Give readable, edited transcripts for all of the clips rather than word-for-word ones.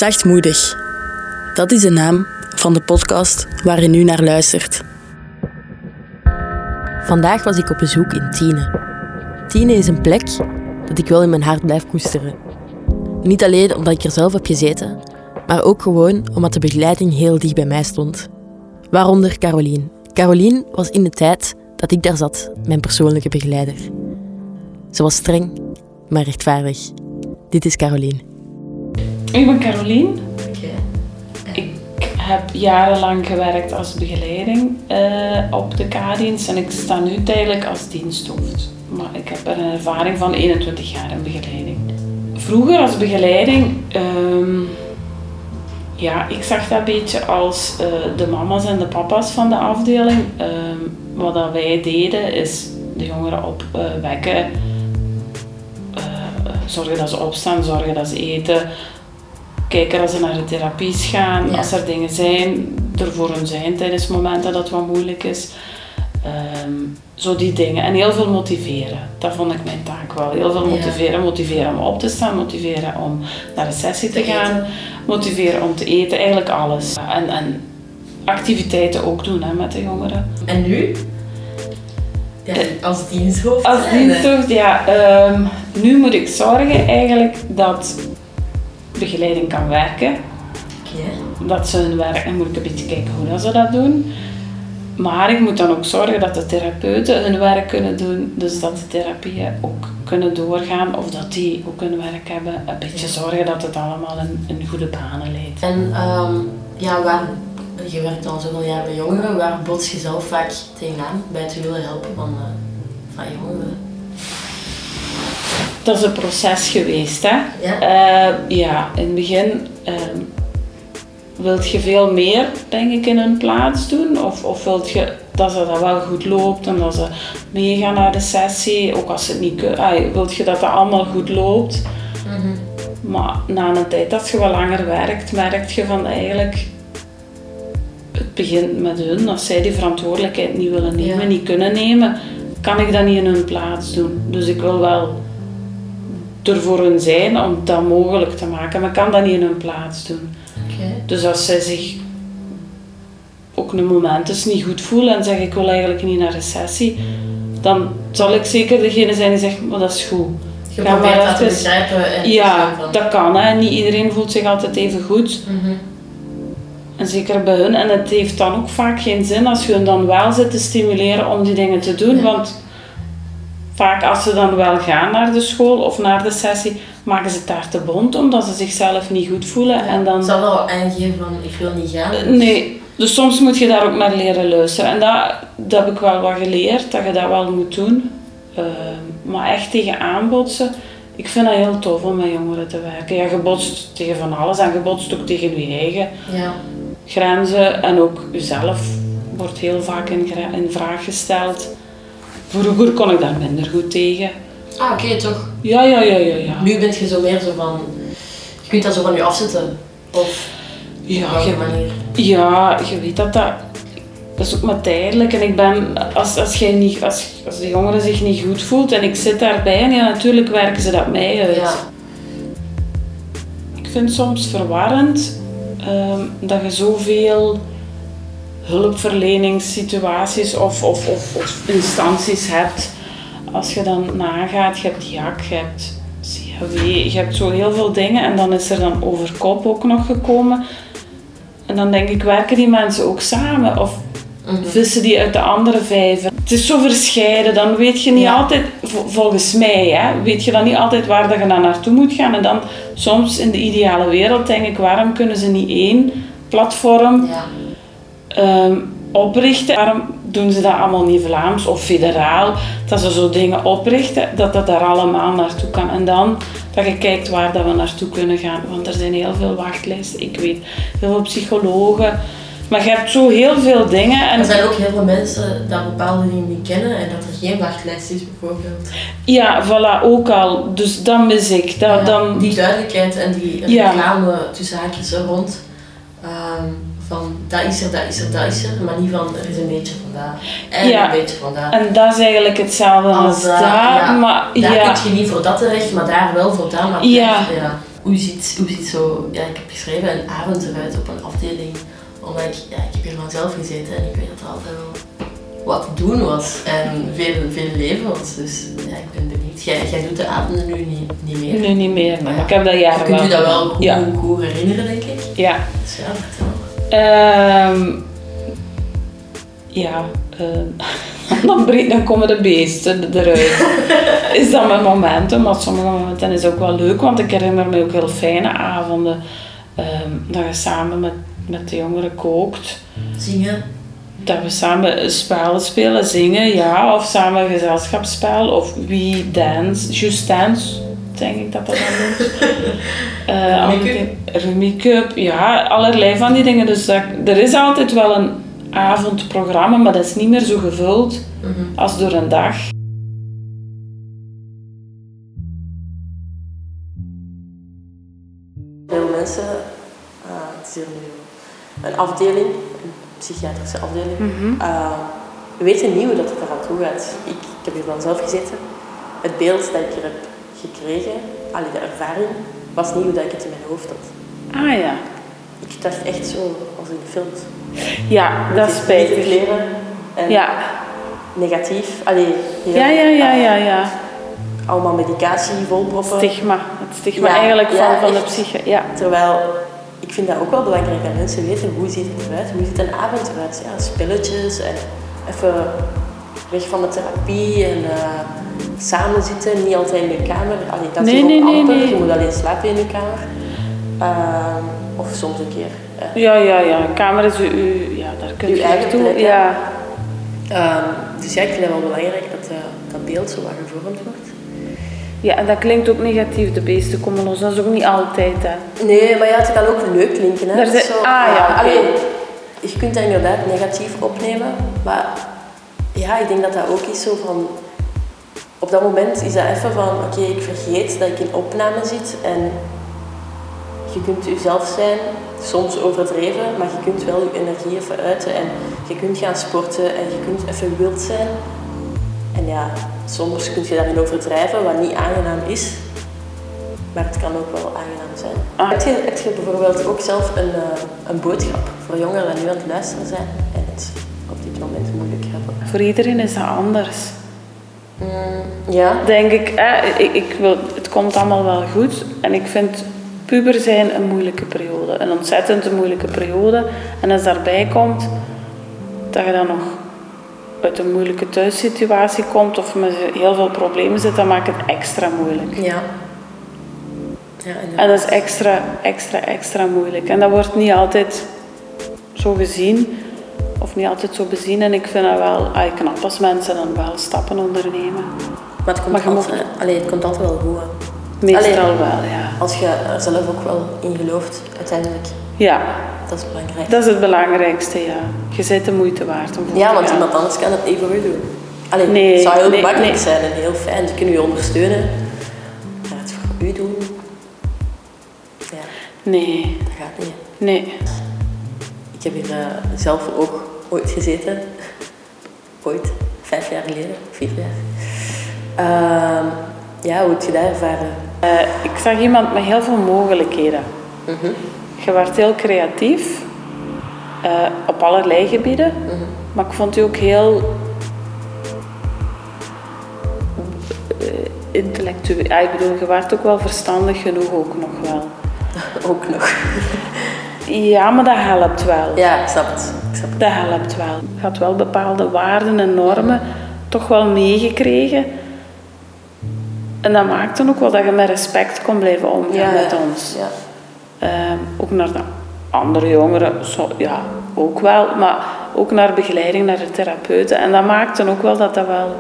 Zachtmoedig. Dat is de naam van de podcast waar je nu naar luistert. Vandaag was ik op bezoek in Tiene. Tiene is een plek dat ik wel in mijn hart blijf koesteren. Niet alleen omdat ik er zelf heb gezeten, maar ook gewoon omdat de begeleiding heel dicht bij mij stond. Waaronder Caroline. Caroline was in de tijd dat ik daar zat, mijn persoonlijke begeleider. Ze was streng, maar rechtvaardig. Dit is Caroline. Ik ben Caroline. Okay. Ik heb jarenlang gewerkt als begeleiding op de K-dienst en ik sta nu tijdelijk als diensthoofd. Maar ik heb er een ervaring van 21 jaar in begeleiding. Vroeger als begeleiding, ik zag dat een beetje als de mama's en de papa's van de afdeling. Wat dat wij deden is de jongeren opwekken, zorgen dat ze opstaan, zorgen dat ze eten. Kijken als ze naar de therapies gaan, Ja. als er dingen zijn, er voor hun zijn tijdens momenten dat het wat moeilijk is. Zo die dingen. En heel veel motiveren. Dat vond ik mijn taak wel. Heel veel motiveren. Ja. Motiveren om op te staan, motiveren om naar de sessie te gaan, motiveren om te eten, eigenlijk alles. En activiteiten ook doen met de jongeren. En nu? Ja, als diensthoofd? Als diensthoofd, nu moet ik zorgen eigenlijk dat begeleiding kan werken. Okay. Dat ze hun werk, en moet ik een beetje kijken hoe dat ze dat doen. Maar ik moet dan ook zorgen dat de therapeuten hun werk kunnen doen. Dus dat de therapieën ook kunnen doorgaan of dat die ook hun werk hebben. Een beetje zorgen dat het allemaal in goede banen leidt. En je werkt al zoveel jaar bij jongeren. Waar bots je zelf vaak tegenaan bij het willen helpen van jongeren? Dat is een proces geweest, hè? Ja. In het begin wilt je veel meer, denk ik, in hun plaats doen? Of wilt je dat ze dat wel goed loopt en dat ze meegaan naar de sessie, ook als ze het niet kunnen? Wilt je dat dat allemaal goed loopt? Mm-hmm. Maar na een tijd, als je wat langer werkt, merk je van eigenlijk... Het begint met hun, als zij die verantwoordelijkheid niet willen nemen, niet kunnen nemen, kan ik dat niet in hun plaats doen. Dus ik wil wel er voor hun zijn om dat mogelijk te maken, maar ik kan dat niet in hun plaats doen. Okay. Dus als zij zich ook een moment eens niet goed voelen en zeggen ik wil eigenlijk niet naar de sessie, dan zal ik zeker degene zijn die zegt, maar dat is goed. Je probeert dat te begrijpen. Ja, dat kan. Hè. Niet iedereen voelt zich altijd even goed. Mm-hmm. En zeker bij hun. En het heeft dan ook vaak geen zin als je hun dan wel zit te stimuleren om die dingen te doen. Ja. Want vaak als ze dan wel gaan naar de school of naar de sessie, maken ze het daar te bond omdat ze zichzelf niet goed voelen. Ja. En dan... Zal dat wel aangeven van ik wil niet gaan? Nee. Dus soms moet je daar ook naar leren luisteren. En dat heb ik wel wat geleerd, dat je dat wel moet doen. Maar echt tegen aanbotsen. Ik vind dat heel tof om met jongeren te werken. Ja, je botst tegen van alles en je botst ook tegen je eigen grenzen. En ook jezelf wordt heel vaak in vraag gesteld. Vroeger kon ik daar minder goed tegen. Ah, oké, toch? Ja. Nu ben je zo meer zo van... Je kunt dat zo van je afzetten. Of op welke manier? Ja, je weet dat is ook maar tijdelijk. En ik ben, als de jongere zich niet goed voelt en ik zit daarbij, en ja, natuurlijk werken ze dat mij uit. Ja. Ik vind het soms verwarrend dat je zoveel hulpverleningssituaties of instanties hebt. Als je dan nagaat, je hebt JAK, je hebt CAW, je hebt zo heel veel dingen en dan is er dan Overkop ook nog gekomen. En dan denk ik, werken die mensen ook samen? Of vissen die uit de andere vijver? Het is zo verscheiden, dan weet je niet altijd, volgens mij, weet je dan niet altijd waar dat je dan naartoe moet gaan. En dan soms in de ideale wereld denk ik, waarom kunnen ze niet één platform oprichten? Waarom doen ze dat allemaal niet Vlaams of federaal? Dat ze zo dingen oprichten, dat daar allemaal naartoe kan. En dan dat je kijkt waar dat we naartoe kunnen gaan. Want er zijn heel veel wachtlijsten. Ik weet, heel veel psychologen. Maar je hebt zo heel veel dingen. En er zijn ook heel veel mensen dat bepaalde dingen niet kennen en dat er geen wachtlijst is bijvoorbeeld. Ja, voilà, ook al. Dus dat mis ik. Die duidelijkheid en die reclame tussen haakjes er rond. Van dat is er, maar niet van er is een beetje vandaar en een beetje vandaar. En dat is eigenlijk hetzelfde als daar. Maar daar kun je niet voor dat terecht, maar daar wel voor dat. Maar hoe ziet zo, ja, ik heb geschreven een avond eruit op een afdeling, omdat ik heb hier vanzelf gezeten en ik weet dat er altijd wel wat te doen was en veel leven was, dus ja, ik ben benieuwd. Jij doet de avonden nu niet meer? Nu niet meer, maar ik heb dat jaren wel. Kunt u dat wel goed ja. herinneren, denk ik? Ja. Dus ja, vertel. Dan komen de beesten eruit. Is dat mijn momenten, maar sommige momenten is het ook wel leuk, want ik herinner me ook heel fijne avonden. Dat je samen met de jongeren kookt. Zingen. Dat we samen spellen spelen, zingen, ja, of samen een gezelschapsspel, of wie dance, just dance, denk ik dat dan doet. Rummy Cup, ja, allerlei van die dingen. Dus er is altijd wel een avondprogramma, maar dat is niet meer zo gevuld als door een dag. Veel mensen, het is hier nu een afdeling, een psychiatrische afdeling, weten niet hoe dat het eraan toe gaat. Ik heb hier dan zelf gezeten. Het beeld dat ik er heb gekregen, de ervaring, was niet hoe dat ik het in mijn hoofd had. Ah ja. Ik dacht echt zo als in de films. Ja, dat is spijtig. Leren en negatief. Ja. Allemaal medicatie volproppen. Het stigma eigenlijk van de psyche. Ja. Terwijl, ik vind dat ook wel belangrijk dat mensen weten hoe ziet het eruit, hoe ziet een avond eruit. Ja, spelletjes en even weg van de therapie en samen zitten, niet altijd in de kamer. Dat is ook amper, je moet alleen slapen in de kamer. Of soms een keer. Ja, kamer is daar kun je eigen toe. Plek, ja. Dus ja, ik vind het wel belangrijk dat beeld zo wat gevormd wordt. Ja, en dat klinkt ook negatief, de beesten komen los. Dat is ook niet altijd, hè. Nee, maar ja, het kan ook leuk klinken, hè. Je kunt dat inderdaad negatief opnemen, maar ja, ik denk dat dat ook is zo van... Op dat moment is dat even van, oké, ik vergeet dat ik in opname zit en je kunt jezelf zijn, soms overdreven, maar je kunt wel je energie even uiten en je kunt gaan sporten en je kunt even wild zijn. En ja, soms kun je daarin overdrijven, wat niet aangenaam is, maar het kan ook wel aangenaam zijn. Heb je bijvoorbeeld ook zelf een boodschap voor jongeren die nu aan het luisteren zijn en het op dit moment moeilijk hebben? Voor iedereen is dat anders. Ja. Denk ik, het komt allemaal wel goed en ik vind puber zijn een moeilijke periode, een ontzettend moeilijke periode. En als daarbij komt dat je dan nog uit een moeilijke thuissituatie komt of met heel veel problemen zit, dan maakt het extra moeilijk. Ja. En dat is extra moeilijk. En dat wordt niet altijd zo gezien of niet altijd zo bezien. En ik vind dat wel knap als mensen dan wel stappen ondernemen. Maar het komt altijd wel goed. Meestal wel, ja. Als je er zelf ook wel in gelooft, uiteindelijk. Ja. Dat is belangrijk. Dat is het belangrijkste, ja. Je bent de moeite waard om ja, want iemand anders kan het niet voor u doen. Het zou heel makkelijk zijn en heel fijn. Ze kunnen u ondersteunen. Maar het voor u doen... Ja. Nee. Dat gaat niet. Nee. Ik heb hier zelf ook ooit gezeten. Ooit. 5 jaar geleden. 4 jaar. Ja, hoe heb je dat ervaren? Ik zag iemand met heel veel mogelijkheden. Je werd heel creatief. Op allerlei gebieden. Maar ik vond u ook heel... intellectueel. Ik bedoel, je werd ook wel verstandig genoeg ook nog wel. Ook nog. Ja, maar dat helpt wel. Ja, ik snap het. Dat helpt wel. Je had wel bepaalde waarden en normen toch wel meegekregen. En dat maakte ook wel dat je met respect kon blijven omgaan met ons. Ja. Ook naar de andere jongeren, ook wel. Maar ook naar begeleiding, naar de therapeuten. En dat maakte ook wel dat wel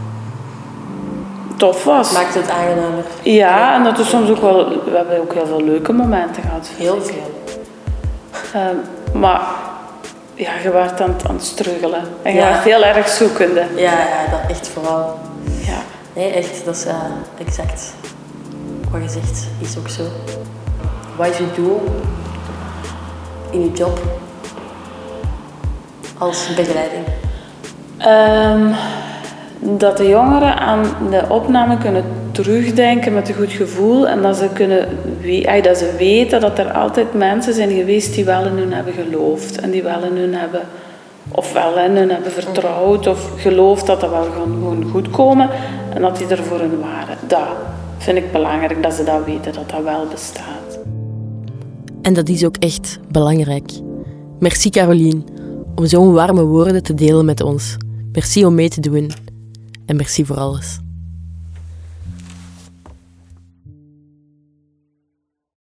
tof was. Maakt het aangenamer. Ja, en dat is soms ook wel... We hebben ook heel veel leuke momenten gehad. Heel veel. Maar ja, je werd aan het struggelen. En je werd heel erg zoekende. Ja, dat echt vooral. Ja. Nee, echt, dat is exact wat je zegt, is ook zo. Wat is je doel in je job als begeleiding? Dat de jongeren aan de opname kunnen terugdenken met een goed gevoel. En dat ze weten dat er altijd mensen zijn geweest die wel in hun hebben geloofd. En die wel in hun hebben, ofwel in hun hebben vertrouwd of geloofd dat wel gewoon goed komen. En dat die er voor hen waren. Dat vind ik belangrijk, dat ze dat weten, dat dat wel bestaat. En dat is ook echt belangrijk. Merci Caroline, om zo'n warme woorden te delen met ons. Merci om mee te doen. En merci voor alles.